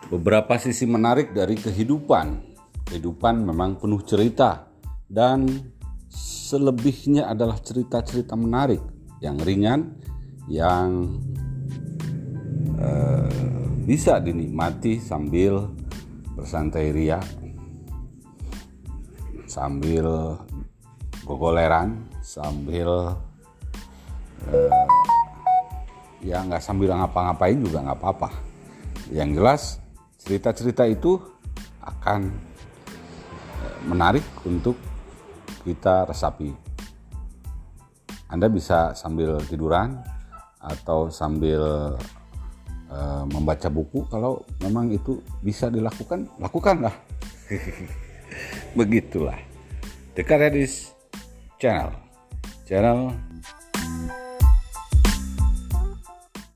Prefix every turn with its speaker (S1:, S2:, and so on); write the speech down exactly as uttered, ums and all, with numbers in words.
S1: beberapa sisi menarik dari kehidupan. Kehidupan memang penuh cerita, dan selebihnya adalah cerita-cerita menarik yang ringan, yang eh, bisa dinikmati sambil bersantai ria, sambil gogoleran, sambil eh, ya nggak sambil ngapa-ngapain juga nggak apa-apa. Yang jelas cerita-cerita itu akan menarik untuk kita resapi. Anda bisa sambil tiduran atau sambil uh, membaca buku. Kalau memang itu bisa dilakukan, lakukanlah. Begitulah The Karyadis Channel. Channel